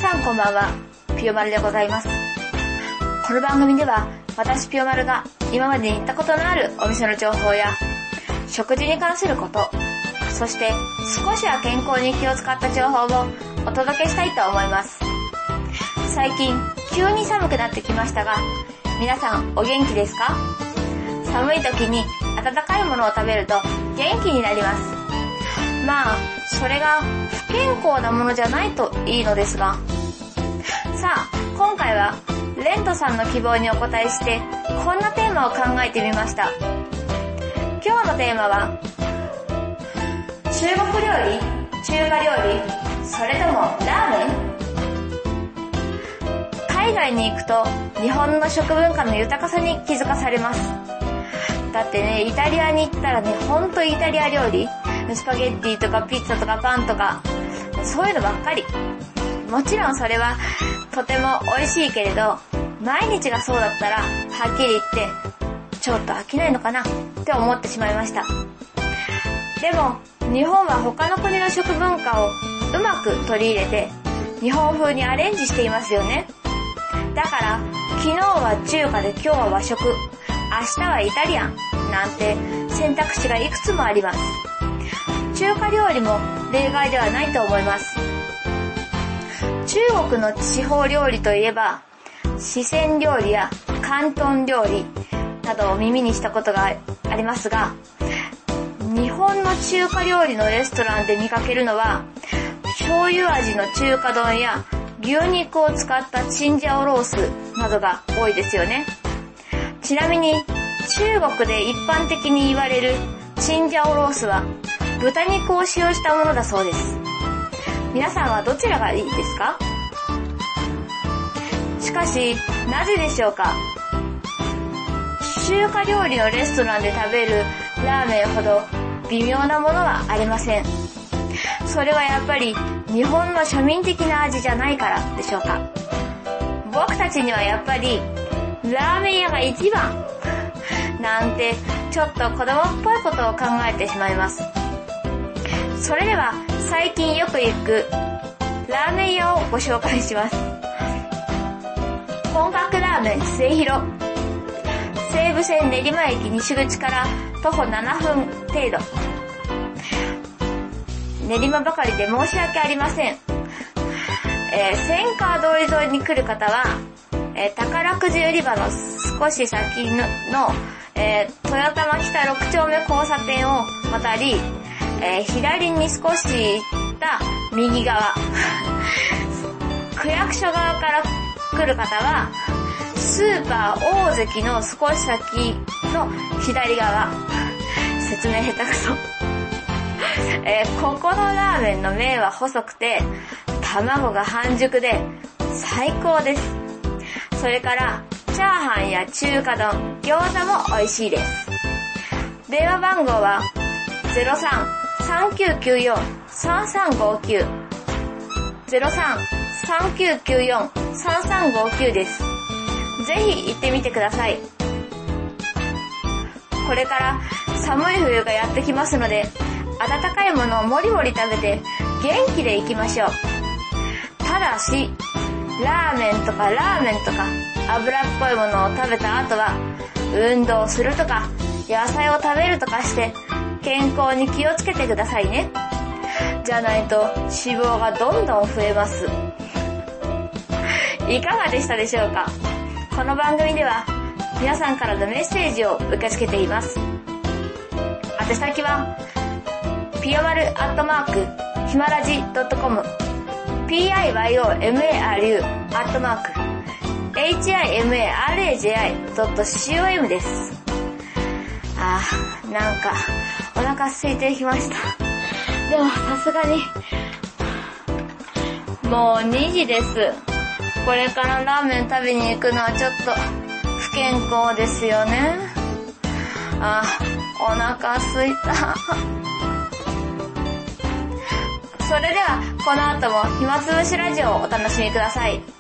さんこんばんは、ぴよまるでございます。この番組では私ぴよまるが今までに行ったことのあるお店の情報や食事に関すること、そして少しは健康に気を使った情報をお届けしたいと思います。最近急に寒くなってきましたが、皆さんお元気ですか？寒い時に温かいものを食べると元気になります。まあそれが不健康なものじゃないといいのですが、さあ今回はレントさんの希望にお答えしてこんなテーマを考えてみました。今日のテーマは中国料理、中華料理、それともラーメン？海外に行くと日本の食文化の豊かさに気づかされます。だってね、イタリアに行ったらね、ほんとイタリア料理、スパゲッティとかピッツァとかパンとか、そういうのばっかり。もちろんそれはとても美味しいけれど、毎日がそうだったらはっきり言ってちょっと飽きないのかなって思ってしまいました。でも日本は他の国の食文化をうまく取り入れて日本風にアレンジしていますよね。だから昨日は中華で今日は和食、明日はイタリアンなんて選択肢がいくつもあります。中華料理も例外ではないと思います。中国の地方料理といえば四川料理や広東料理などを耳にしたことがありますが、日本の中華料理のレストランで見かけるのは醤油味の中華丼や牛肉を使ったチンジャオロースなどが多いですよね。ちなみに中国で一般的に言われるチンジャオロースは豚肉を使用したものだそうです。皆さんはどちらがいいですか？しかしなぜでしょうか？中華料理のレストランで食べるラーメンほど微妙なものはありません。それはやっぱり日本の庶民的な味じゃないからでしょうか。僕たちにはやっぱりラーメン屋が一番なんてちょっと子供っぽいことを考えてしまいます。それでは最近よく行くラーメン屋をご紹介します。本格ラーメン末広、西武線練馬駅西口から徒歩7分程度。練馬ばかりで申し訳ありません。千川通り沿いに来る方は、宝くじ売り場の少し先の、豊玉北6丁目交差点を渡り、左に少し行った右側区役所側から来る方はスーパー大関の少し先の左側、説明下手くそここのラーメンの麺は細くて卵が半熟で最高です。それからチャーハンや中華丼、餃子も美味しいです。電話番号は 03-3994-3359 03-3994-3359 です。ぜひ行ってみてください。これから寒い冬がやってきますので、温かいものをもりもり食べて元気で行きましょう。ただしラーメンとか油っぽいものを食べた後は運動するとか野菜を食べるとかして健康に気をつけてくださいね。じゃないと脂肪がどんどん増えます。いかがでしたでしょうか？この番組では皆さんからのメッセージを受け付けています。宛先はぴよまる@ひまらじ.com piyomaru @himaraji.com です。なんかお腹空いてきました。でもさすがにもう2時です。これからラーメン食べに行くのはちょっと不健康ですよね。お腹空いた。それではこの後も暇つぶしラジオをお楽しみください。